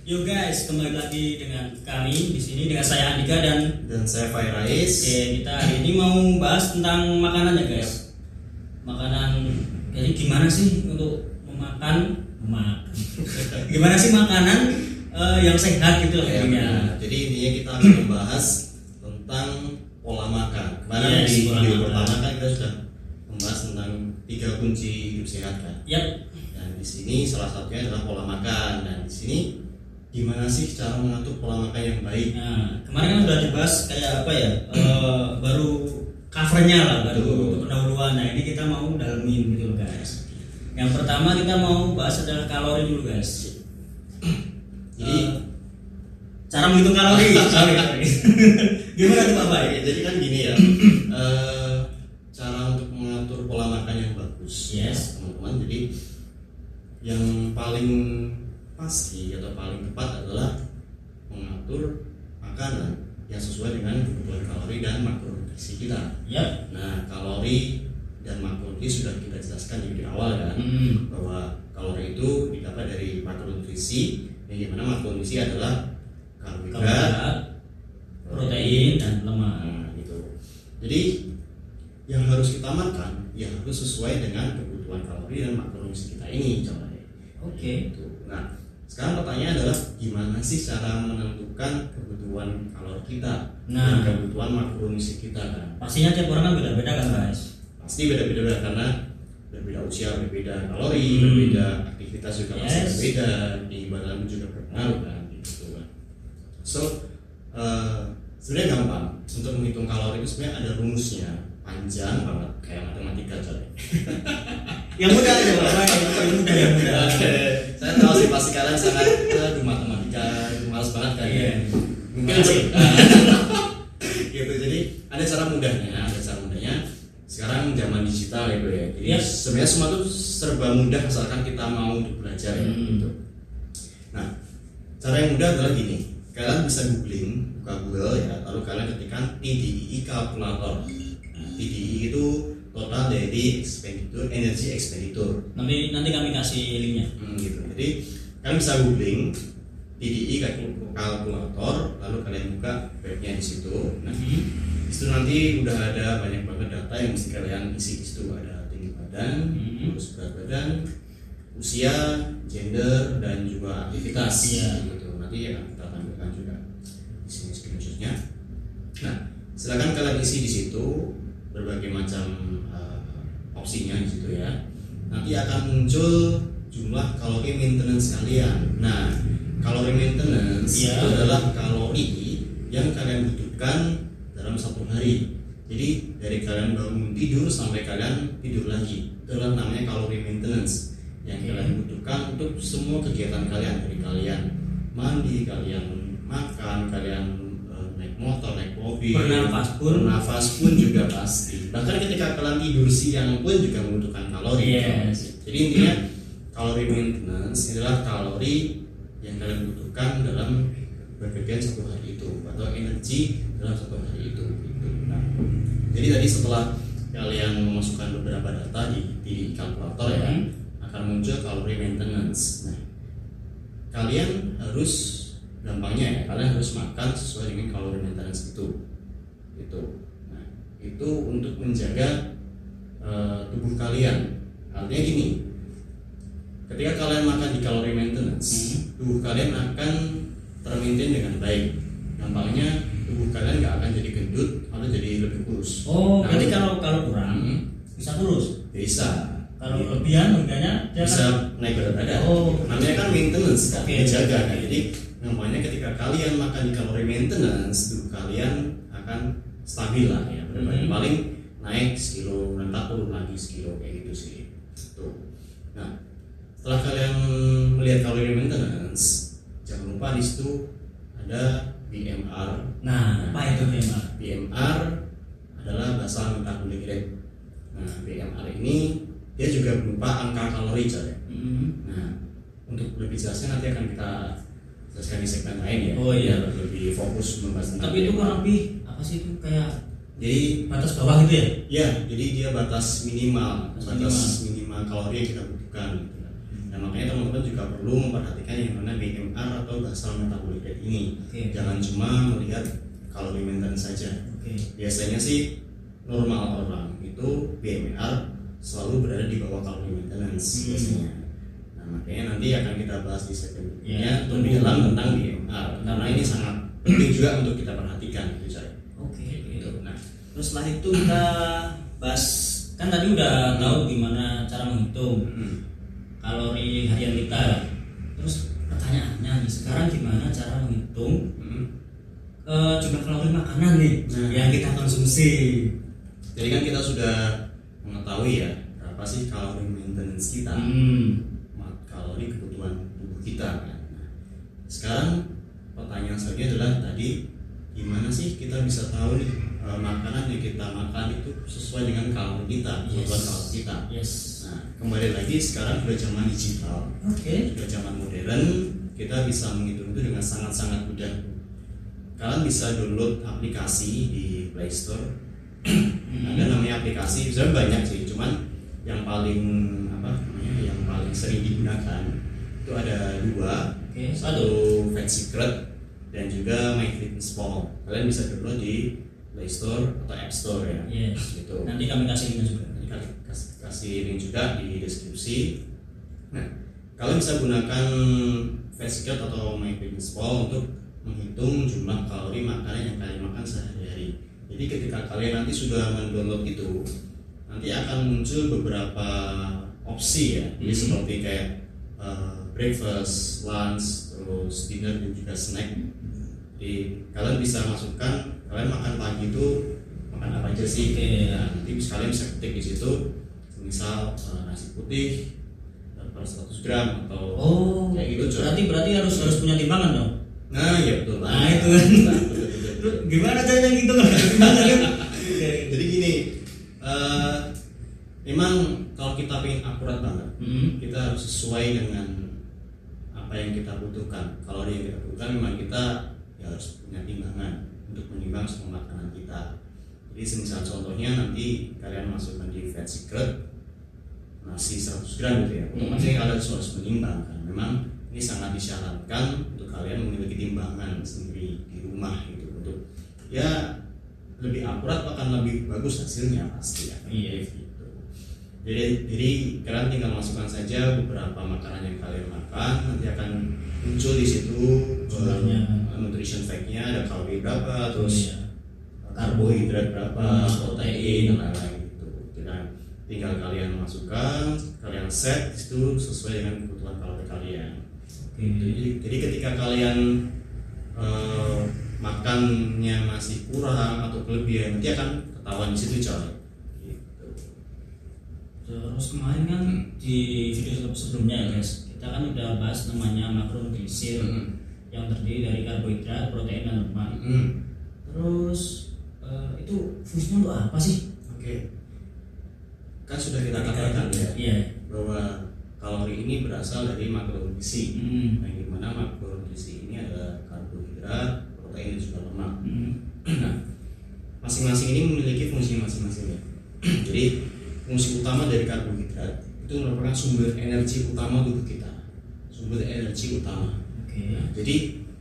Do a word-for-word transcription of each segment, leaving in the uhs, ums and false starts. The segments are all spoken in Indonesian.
Yo guys, kembali lagi dengan kami di sini dengan saya Andika dan dan saya Fairais. Oke, kita hari ini mau bahas tentang makanan ya guys. Makanan, jadi gimana sih untuk memakan, memakan. Gimana sih makanan uh, yang sehat gitu lah Ya, intinya. jadi intinya kita akan membahas tentang pola makan. Kemarin Yes, di pola video makan. pertama kan kita sudah membahas tentang tiga kunci hidup sehat kan. Yap. Dan di sini salah satunya adalah pola makan. Dan di sini gimana sih cara mengatur pola makan yang baik? Nah, kemarin kan udah dibahas kayak apa ya? Uh, baru covernya lah, baru Betul. untuk pendahuluan. Nah ini kita mau dalamin gitu loh guys. Yang pertama kita mau bahas adalah kalori dulu guys. Jadi Uh, cara menghitung kalori, sorry, sorry. Gimana tuh Pak Bay? Oke, jadi kan gini ya. eh, cara untuk mengatur pola makan yang bagus, Yes. teman-teman. Jadi yang paling pasti atau paling tepat adalah mengatur makanan yang sesuai dengan kebutuhan kalori dan makronutrisi kita. Yap. Nah, kalori dan makronutrisi sudah kita jelaskan di awal kan, Hmm. bahwa kalori itu didapat dari makronutrisi, yang dimana makronutrisi adalah karbohidrat, Karbohidrat, protein dan lemak. nah, gitu. Jadi yang harus kita makan ya harus sesuai dengan kebutuhan kalori dan makronutrisi kita ini, coba deh. Oke. Gitu. Nah, sekarang pertanyaan adalah gimana sih cara menentukan kebutuhan kalori kita Nah. dan kebutuhan makronutrisi kita kan? Pastinya tiap orang kan beda-beda kan guys. Pasti beda-beda karena berbeda usia, berbeda kalori, Hmm. berbeda aktivitas juga pasti Yes. berbeda, di badan juga berpengaruh kan, gitu kan. So uh, sebenarnya gampang untuk menghitung kalori itu sebenarnya ada rumusnya, panjang banget kayak matematika coy. Yang mudah aja Pak Bay, yang mudah yang mudah. Oke, saya tahu sih pasti kalian sangat aduh matematika itu males banget kan ya. Iya. Mungkin Makasih. gitu. Jadi ada cara mudahnya, ada cara mudahnya. Sekarang zaman digital gitu ya. Jadi Iya. sebenarnya semua itu serba mudah asalkan kita mau untuk belajar ya. Hmm. Gitu. Nah, cara yang mudah adalah gini. Kalian bisa googling, buka Google ya, lalu kalian ketikkan T D E I kalkulator. Nah, T D E I itu total daily expenditure, energy expenditure. Nanti nanti kami kasih linknya. Hmm, gitu. Jadi kalian bisa googling T D E I kalkulator, lalu kalian buka webnya di situ. Nah, Hmm. di situ nanti udah ada banyak banget data yang mesti kalian isi di situ. Ada tinggi badan, Hmm. terus berat badan, usia, gender, dan juga aktivitas. Iya. Gitu. Nanti akan kita tampilkan juga di sini screenshotnya. Nah, silakan kalian isi di situ berbagai macam uh, opsinya di situ ya. Nanti akan muncul jumlah kalori maintenance kalian. Nah, kalori maintenance Iya. itu adalah kalori yang kalian butuhkan dalam satu hari. Jadi dari kalian bangun tidur sampai kalian tidur lagi, itulah namanya kalori maintenance yang Oke. kalian butuhkan untuk semua kegiatan kalian, dari kalian mandi, kalian makan, kalian eh, naik motor, naik mobil, Bernafas pun. bernafas pun juga pasti. Bahkan ketika kalian tidur siang pun juga membutuhkan kalori. Yes. Jadi intinya kalori maintenance adalah kalori yang kalian butuhkan dalam bekerja satu hari itu, atau energi dalam satu hari itu. Gitu. Nah, jadi tadi setelah kalian memasukkan beberapa data di, di kalkulator ya, Hmm. akan muncul kalori maintenance. Nah, kalian harus gampangnya ya, kalian harus makan sesuai dengan kalori maintenance itu. Itu. Nah, itu untuk menjaga uh, tubuh kalian. Artinya gini, ketika kalian makan di kalori maintenance, Hmm. tubuh kalian akan termaintain dengan baik. Gampangnya tubuh kalian nggak akan jadi gendut atau jadi lebih kurus. Oh, Nah, berarti kalau kalau kurang Hmm. bisa kurus. bisa. Kalau lebihan harganya dia Bisa kan- naik berat badan. Oh. Namanya kan maintenance kan, Oke. dijaga kan. Jadi namanya ketika kalian makan di kalori maintenance, tubuh kalian akan stabil lah ya. Berat badan Hmm. paling naik sekilo, nanti turun lagi sekilo kayak gitu sih. Tuh. Nah, setelah kalian melihat kalori maintenance, jangan lupa di situ ada B M R. Nah, apa itu B M R? B M R adalah basal metabolic rate. Nah, B M R ini dia juga berupa angka kalori coy. Hmm. Nah, untuk lebih jelasnya nanti akan kita jelaskan di segmen lain ya. Oh, iya. Biar lebih fokus membahas tentang Tapi itu B M R. kurang lebih apa sih itu kayak Jadi batas bawah gitu ya? ya, jadi dia batas minimal, Batas batas minimal kalori yang kita butuhkan. Gitu. Dan makanya teman-teman juga perlu memperhatikan yang mana B M R atau basal ini. Okay. Jangan cuma melihat kalori maintenance saja. Okay. Biasanya sih normal orang itu B M R selalu berada di bawah kalori maintenance hmm. biasanya. Nah makanya nanti akan kita bahas di segmen berikutnya ya, lebih dalam tentang B M R karena ini sangat penting juga untuk kita perhatikan gitu saya. Oke. Okay. Gitu. Nah terus setelah itu kita bahas, kan tadi udah hmm. tahu gimana cara menghitung hmm. kalori harian kita. Terus pertanyaannya nih sekarang gimana cara menghitung hmm. uh, jumlah kalori makanan nih nah. yang kita konsumsi. Jadi kan kita sudah mengetahui ya berapa sih kalori maintenance kita, hmm. kalori kebutuhan tubuh kita kan. Nah, sekarang pertanyaan selanjutnya adalah tadi gimana sih kita bisa tahu nih e, makanan yang kita makan itu sesuai dengan kalori kita, kebutuhan yes. kalori kita. Yes. Nah kembali lagi sekarang sudah zaman digital, okay. sudah zaman modern, kita bisa menghitung itu dengan sangat-sangat mudah. Kalian bisa download aplikasi di Play Store. Ada namanya aplikasi, sebenarnya banyak sih, cuman yang paling apa namanya yang paling sering digunakan itu ada dua, okay. satu Fat Secret dan juga MyFitnessPal. Kalian bisa download di Play Store atau App Store ya. Yes. Gitu. Nanti kami kasih link juga. Nanti kami kasih, kasih link juga di deskripsi. Nah, kalian bisa gunakan Fat Secret atau MyFitnessPal untuk menghitung jumlah kalori makanan yang kalian makan sehari-hari. Jadi ketika kalian nanti sudah mendownload itu, nanti akan muncul beberapa opsi ya. Jadi hmm. seperti kayak uh, breakfast, lunch, terus dinner dan juga snack. Jadi kalian bisa masukkan kalian makan pagi itu makan apa aja sih? Okay. Nah, nanti kalian bisa ketik di situ, misal uh, nasi putih per seratus gram atau oh, kayak gitu. Berarti berarti harus harus punya timbangan dong. Nah, ya betul. Nah, nah itu kan. Gimana caranya gitu kan? Jadi gini, uh, memang kalau kita pengen akurat banget, mm-hmm. kita harus sesuai dengan apa yang kita butuhkan. Kalori yang kita butuhkan, memang kita ya harus punya timbangan untuk menimbang semua makanan kita. Jadi semisal contohnya nanti kalian masukkan di Fat Secret nasi seratus gram gitu ya, otomatis mm-hmm. kalian harus menimbang kan. Memang ini sangat disyaratkan untuk kalian memiliki timbangan sendiri di rumah gitu untuk ya lebih akurat bahkan lebih bagus hasilnya pasti ya. Iya. Gitu. Jadi jadi kalian tinggal masukkan saja beberapa makanan yang kalian makan, nanti akan muncul di situ jumlahnya, uh, nutrition fact-nya ada kalori berapa, terus iya. karbohidrat berapa, hmm. protein dan lain-lain gitu. Nah, tinggal kalian masukkan, kalian set itu sesuai dengan kebutuhan kalori kalian. Hmm. Jadi, jadi ketika kalian uh, makannya masih kurang atau kelebihan, nanti akan ketahuan di situ coy. Gitu. Terus kemarin kan hmm. di video sebelumnya ya guys, kita kan udah bahas namanya makronutrisi hmm. yang terdiri dari karbohidrat, protein dan lemak. Hmm. Terus uh, itu fungsinya untuk apa sih? Oke. Okay. Kan sudah kita katakan ya, yeah. bahwa kalori ini berasal dari makronutrisi. Hmm. Nah, yang dimana makronutrisi ini ada karbohidrat, protein dan juga lemak. Hmm. Nah, masing-masing ini memiliki fungsi masing-masing ya. Jadi fungsi utama dari karbohidrat itu merupakan sumber energi utama tubuh kita, sumber energi utama. Okay. Nah, jadi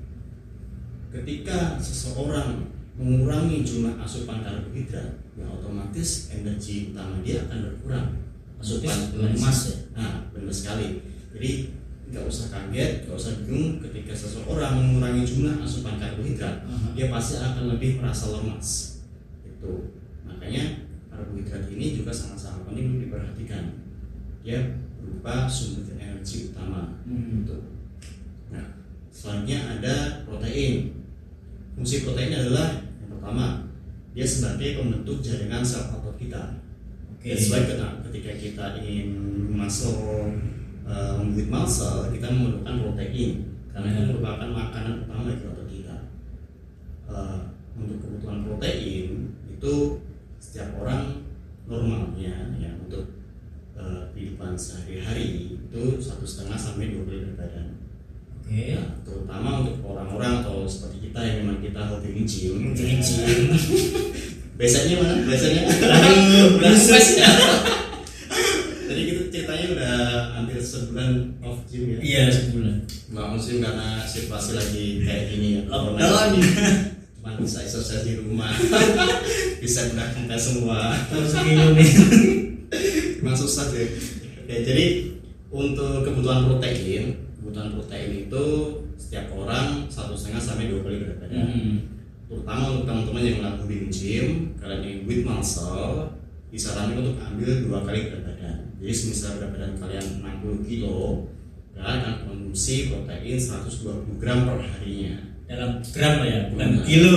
ketika seseorang mengurangi jumlah asupan karbohidrat, ya otomatis energi utama dia akan berkurang. Asupan lemas ya. Nah, benar sekali. Jadi nggak usah kaget, nggak usah bingung ketika seseorang mengurangi jumlah asupan karbohidrat, uh-huh. dia pasti akan lebih merasa lemas. Itu makanya karbohidrat ini juga sangat-sangat penting untuk diperhatikan. Dia berupa sumber energi utama. Hmm. Itu. Nah, selanjutnya ada protein. Fungsi protein adalah yang pertama, dia sebagai pembentuk jaringan sel otot kita. Okay. That's why ketika kita ingin muscle, uh, membuat muscle, kita memerlukan protein karena itu merupakan makanan utama bagi otot kita. Uh, untuk kebutuhan protein itu setiap orang normalnya ya untuk uh, kehidupan sehari-hari itu satu setengah sampai dua kali berat badan. Okay. Nah, terutama untuk orang-orang atau seperti kita yang memang kita hobi gym, gym. Biasanya mana? Biasanya udah stres ya. Jadi kita ceritanya udah hampir sebulan off gym ya. Iya, sebulan. Nggak musim karena situasi lagi kayak gini ya. Lockdown. Cuma bisa exercise di rumah. Bisa udah kempes semua. Terus kilo nih. Emang susah deh. Ya, jadi untuk kebutuhan protein, kebutuhan protein itu setiap orang satu setengah sampai dua kali berat badan. Hmm. Terutama untuk teman-teman yang lakuin gym, kalian yang build muscle, disarankan untuk ambil dua kali berat badan. Jadi semisal berat badan kalian enam puluh kilo, kalian akan konsumsi protein seratus dua puluh gram per harinya. Dalam gram ya, bukan Benar. kilo.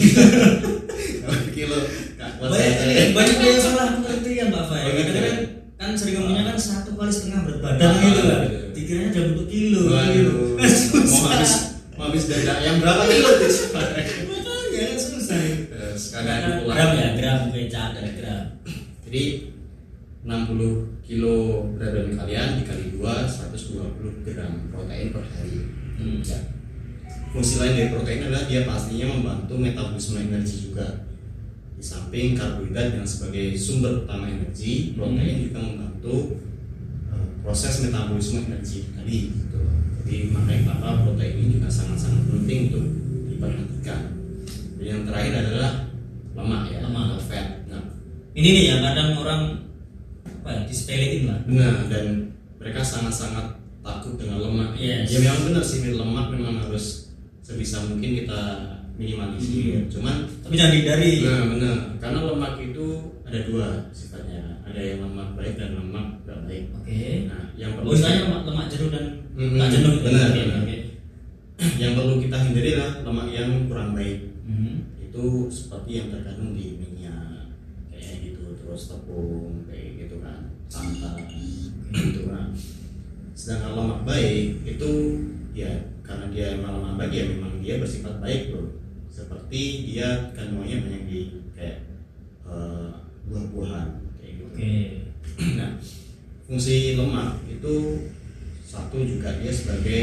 Kilo, nggak kuat Banyak, saya. banyak yang salah pengertian Pak Fai. Banyak, Kadang-kadang ya. kan sering ngomongnya kan satu kali setengah berat badan Ah, gitu kan. iya. Dikiranya dalam bentuk kilo. Waduh, Gitu. Kan mau susah. habis mau habis dada yang berapa kilo tuh? Makanya kan susah. Terus kadang Karena pulang. gram ya, gram beca ada gram. Jadi enam puluh kilo berat badan kalian dikali dua, seratus dua puluh gram protein per hari. Hmm. Ya. Fungsi lain dari protein adalah dia pastinya membantu metabolisme energi juga. Di samping karbohidrat yang sebagai sumber utama energi, protein Hmm. juga membantu uh, proses metabolisme energi tadi. Gitu. Jadi makanya kenapa protein ini juga sangat-sangat penting untuk diperhatikan. Dan yang terakhir adalah lemak ya, Lemak. atau fat. Nah, Ini nih yang kadang orang apa ya, disepelein lah. benar, dan mereka sangat-sangat takut dengan lemak. Yes. Ya memang benar sih, lemak memang harus sebisa mungkin kita minimalisir. Hmm. Cuman Tapi jangan dihindari. nah benar, karena lemak itu ada dua sifatnya, ada yang lemak baik dan lemak tidak baik. Oke. Nah, yang perlu Oh, istilahnya lemak, lemak jenuh dan Hmm, tak jenuh gitu. benar, Oke, benar. oke. yang perlu kita hindari adalah lemak yang kurang baik. Hmm. Itu seperti yang terkandung di minyak kayak gitu, terus tepung kayak gitu kan, santan gitu kan. Sedangkan lemak baik itu ya karena dia emang lemak baik ya memang dia bersifat baik loh, seperti dia kandungannya banyak di kayak eh, buah-buahan kayak gitu. Oke. Nah, fungsi lemak itu satu juga dia sebagai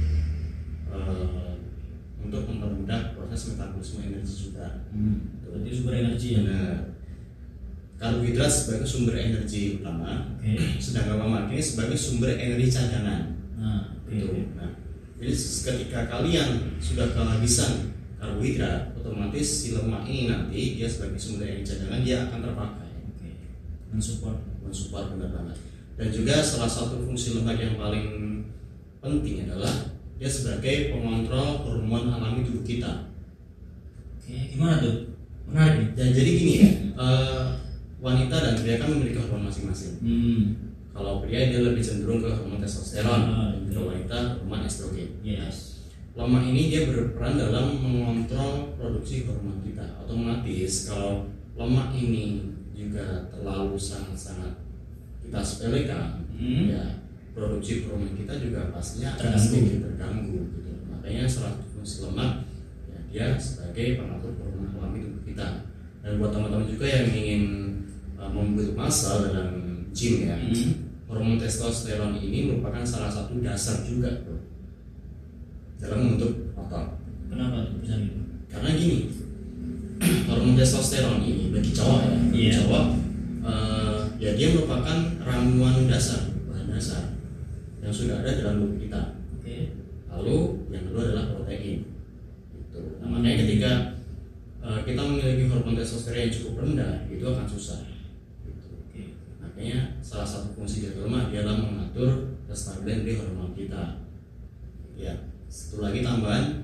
eh, untuk mempermudah proses metabolisme energi juga. Hmm. Berarti sumber energi ya. Benar. Karbohidrat sebagai sumber energi utama, Oke. sedangkan lemak ini sebagai sumber energi cadangan. Nah, oke. Gitu. Nah, jadi ketika kalian sudah kehabisan karbohidrat, otomatis si lemak ini nanti dia sebagai sumber energi cadangan dia akan terpakai. Oke. Mensupport. Mensupport benar banget. Dan juga salah satu fungsi lemak yang paling penting adalah dia sebagai pengontrol hormon alami tubuh kita. Oke, gimana tuh? Menarik nih. Dan jadi gini ya, eh, wanita dan pria kan memiliki hormon masing-masing. Hmm. Kalau pria dia lebih cenderung ke hormon testosteron, Ah, dan kalau wanita hormon estrogen. Yes. Lemak ini dia berperan dalam mengontrol produksi hormon kita. Otomatis kalau lemak ini juga terlalu sangat-sangat kita sepelekan, Hmm. ya produksi hormon kita juga pastinya akan Terganggu. sedikit terganggu gitu. Makanya salah satu fungsi lemak ya, dia sebagai pengatur hormon alami tubuh kita. Dan buat teman-teman juga yang ingin uh, membuat massa dalam gym ya, Hmm. hormon testosteron ini merupakan salah satu dasar juga bro, dalam membentuk otot. Kenapa tuh bisa gitu? Karena gini, hormon testosteron ini bagi cowok ya, bagi Iya. cowok uh, ya dia merupakan ramuan dasar, bahan dasar yang sudah ada dalam tubuh kita. Oke. Lalu yang kedua adalah protein. Gitu. Nah, makanya ketika uh, kita memiliki hormon testosteron yang cukup rendah, itu akan susah. Gitu. Oke. Makanya salah satu fungsi dari lemak adalah mengatur kestabilan dari hormon kita. Ya, satu lagi tambahan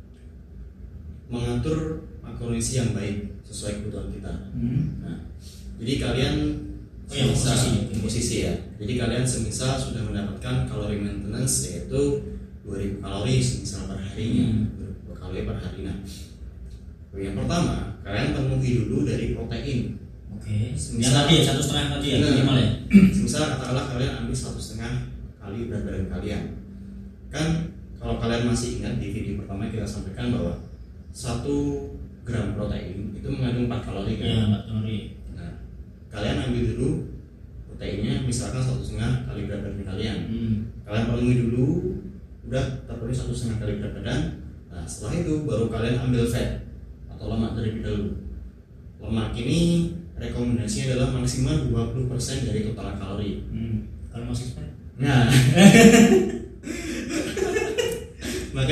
mengatur makronutrisi yang baik sesuai kebutuhan kita. Hmm. Nah, jadi kalian Oh, yang semisal- posisi. posisi ya. Jadi kalian semisal sudah mendapatkan kalori maintenance yaitu dua ribu kalori semisal per harinya, Hmm. dua ribu kalori per hari. Nah, yang pertama kalian penuhi dulu dari protein. Oke. Yang Misal- tadi ya, satu setengah tadi ya, Benar. minimal ya. Semisal katakanlah kalian ambil satu setengah kali berat badan kalian. Kan kalau kalian masih ingat di video pertama kita sampaikan bahwa satu gram protein itu mengandung empat kalori kan. Ya, Mbak Tori. Nah, kalian ambil dulu proteinnya misalkan satu setengah kali berat badan kalian. Hmm. Kalian penuhi dulu, udah terpenuhi satu setengah kali berat badan. Nah, setelah itu baru kalian ambil fat atau lemak terlebih dahulu. Lemak ini rekomendasinya adalah maksimal dua puluh persen dari total kalori. Hmm. Kalau masih spek? Nah,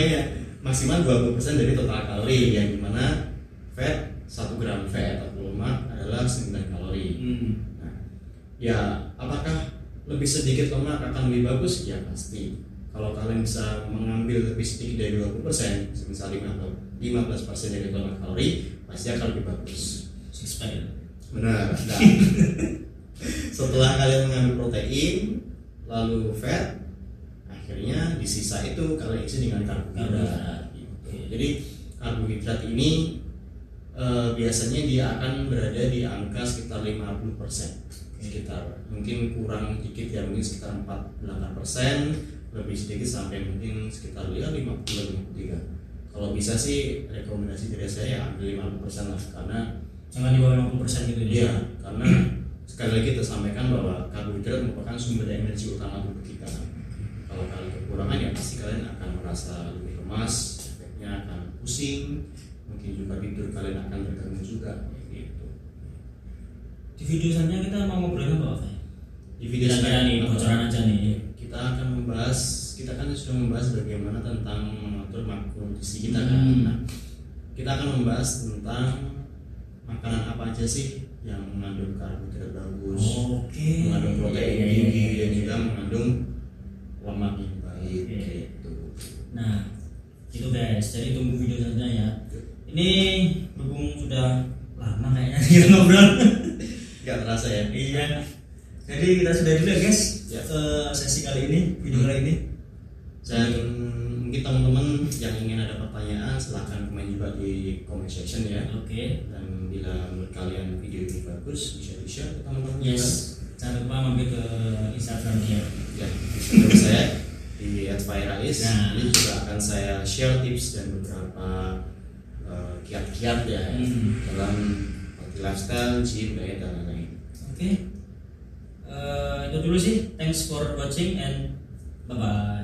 makanya maksimal dua puluh persen dari total kalori, yang dimana fat satu gram fat atau lemak adalah sembilan kalori. Hmm. Nah, ya apakah lebih sedikit lemak akan lebih bagus? Ya pasti. Kalau kalian bisa mengambil lebih sedikit dari dua puluh persen, misalnya lima belas persen dari total kalori, pasti akan lebih bagus. Six pack. Benar. Nah, setelah kalian mengambil protein, lalu fat, akhirnya di sisa itu kalian isi dengan karbohidrat. Gitu. Jadi karbohidrat ini e, biasanya dia akan berada di angka sekitar lima puluh persen, sekitar mungkin kurang dikit ya, mungkin sekitar empat puluh delapan persen, lebih sedikit sampai mungkin sekitar ya lima puluh lima puluh tiga. Kalau bisa sih rekomendasi dari saya ya ambil lima puluh persen lah, karena jangan di bawah lima puluh persen gitu ya. Karena sekali lagi kita sampaikan bahwa karbohidrat merupakan sumber energi utama tubuh kita. Kalau kalian kekurangan ya pasti kalian akan merasa lebih lemas, efeknya akan pusing, mungkin juga tidur kalian akan terganggu juga gitu. Di video selanjutnya kita mau ngobrol apa Pak? Di video selanjutnya nih bocoran aja nih. Kita akan membahas, kita kan sudah membahas bagaimana tentang mengatur makronutrisi kita hmm. kan. Nah, kita akan membahas tentang makanan apa aja sih yang mengandung karbohidrat bagus, oh, okay. mengandung protein yeah, tinggi yeah, yeah. dan juga mengandung lemak yang baik. Okay. Gitu. Nah, itu guys. Jadi tunggu video selanjutnya ya. Ini berhubung sudah lama kayaknya kita ngobrol. Gak terasa ya? Iya. Jadi kita sudah dulu ya guys ya. Ke sesi kali ini, video kali ini. Dan mungkin teman-teman yang ingin ada pertanyaan silahkan komen juga di comment section ya. Oke. Okay. Dan bila menurut kalian video ini bagus bisa di share ke teman-teman. Yes. Jangan lupa mampir ke Instagramnya. Ya, Instagram saya di at fairais. Nah. Ini juga akan saya share tips dan beberapa uh, kiat-kiat ya hmm. dalam lifestyle, gym, diet dan lain-lain. Oke. Okay. Uh, itu dulu sih. Thanks for watching and bye bye.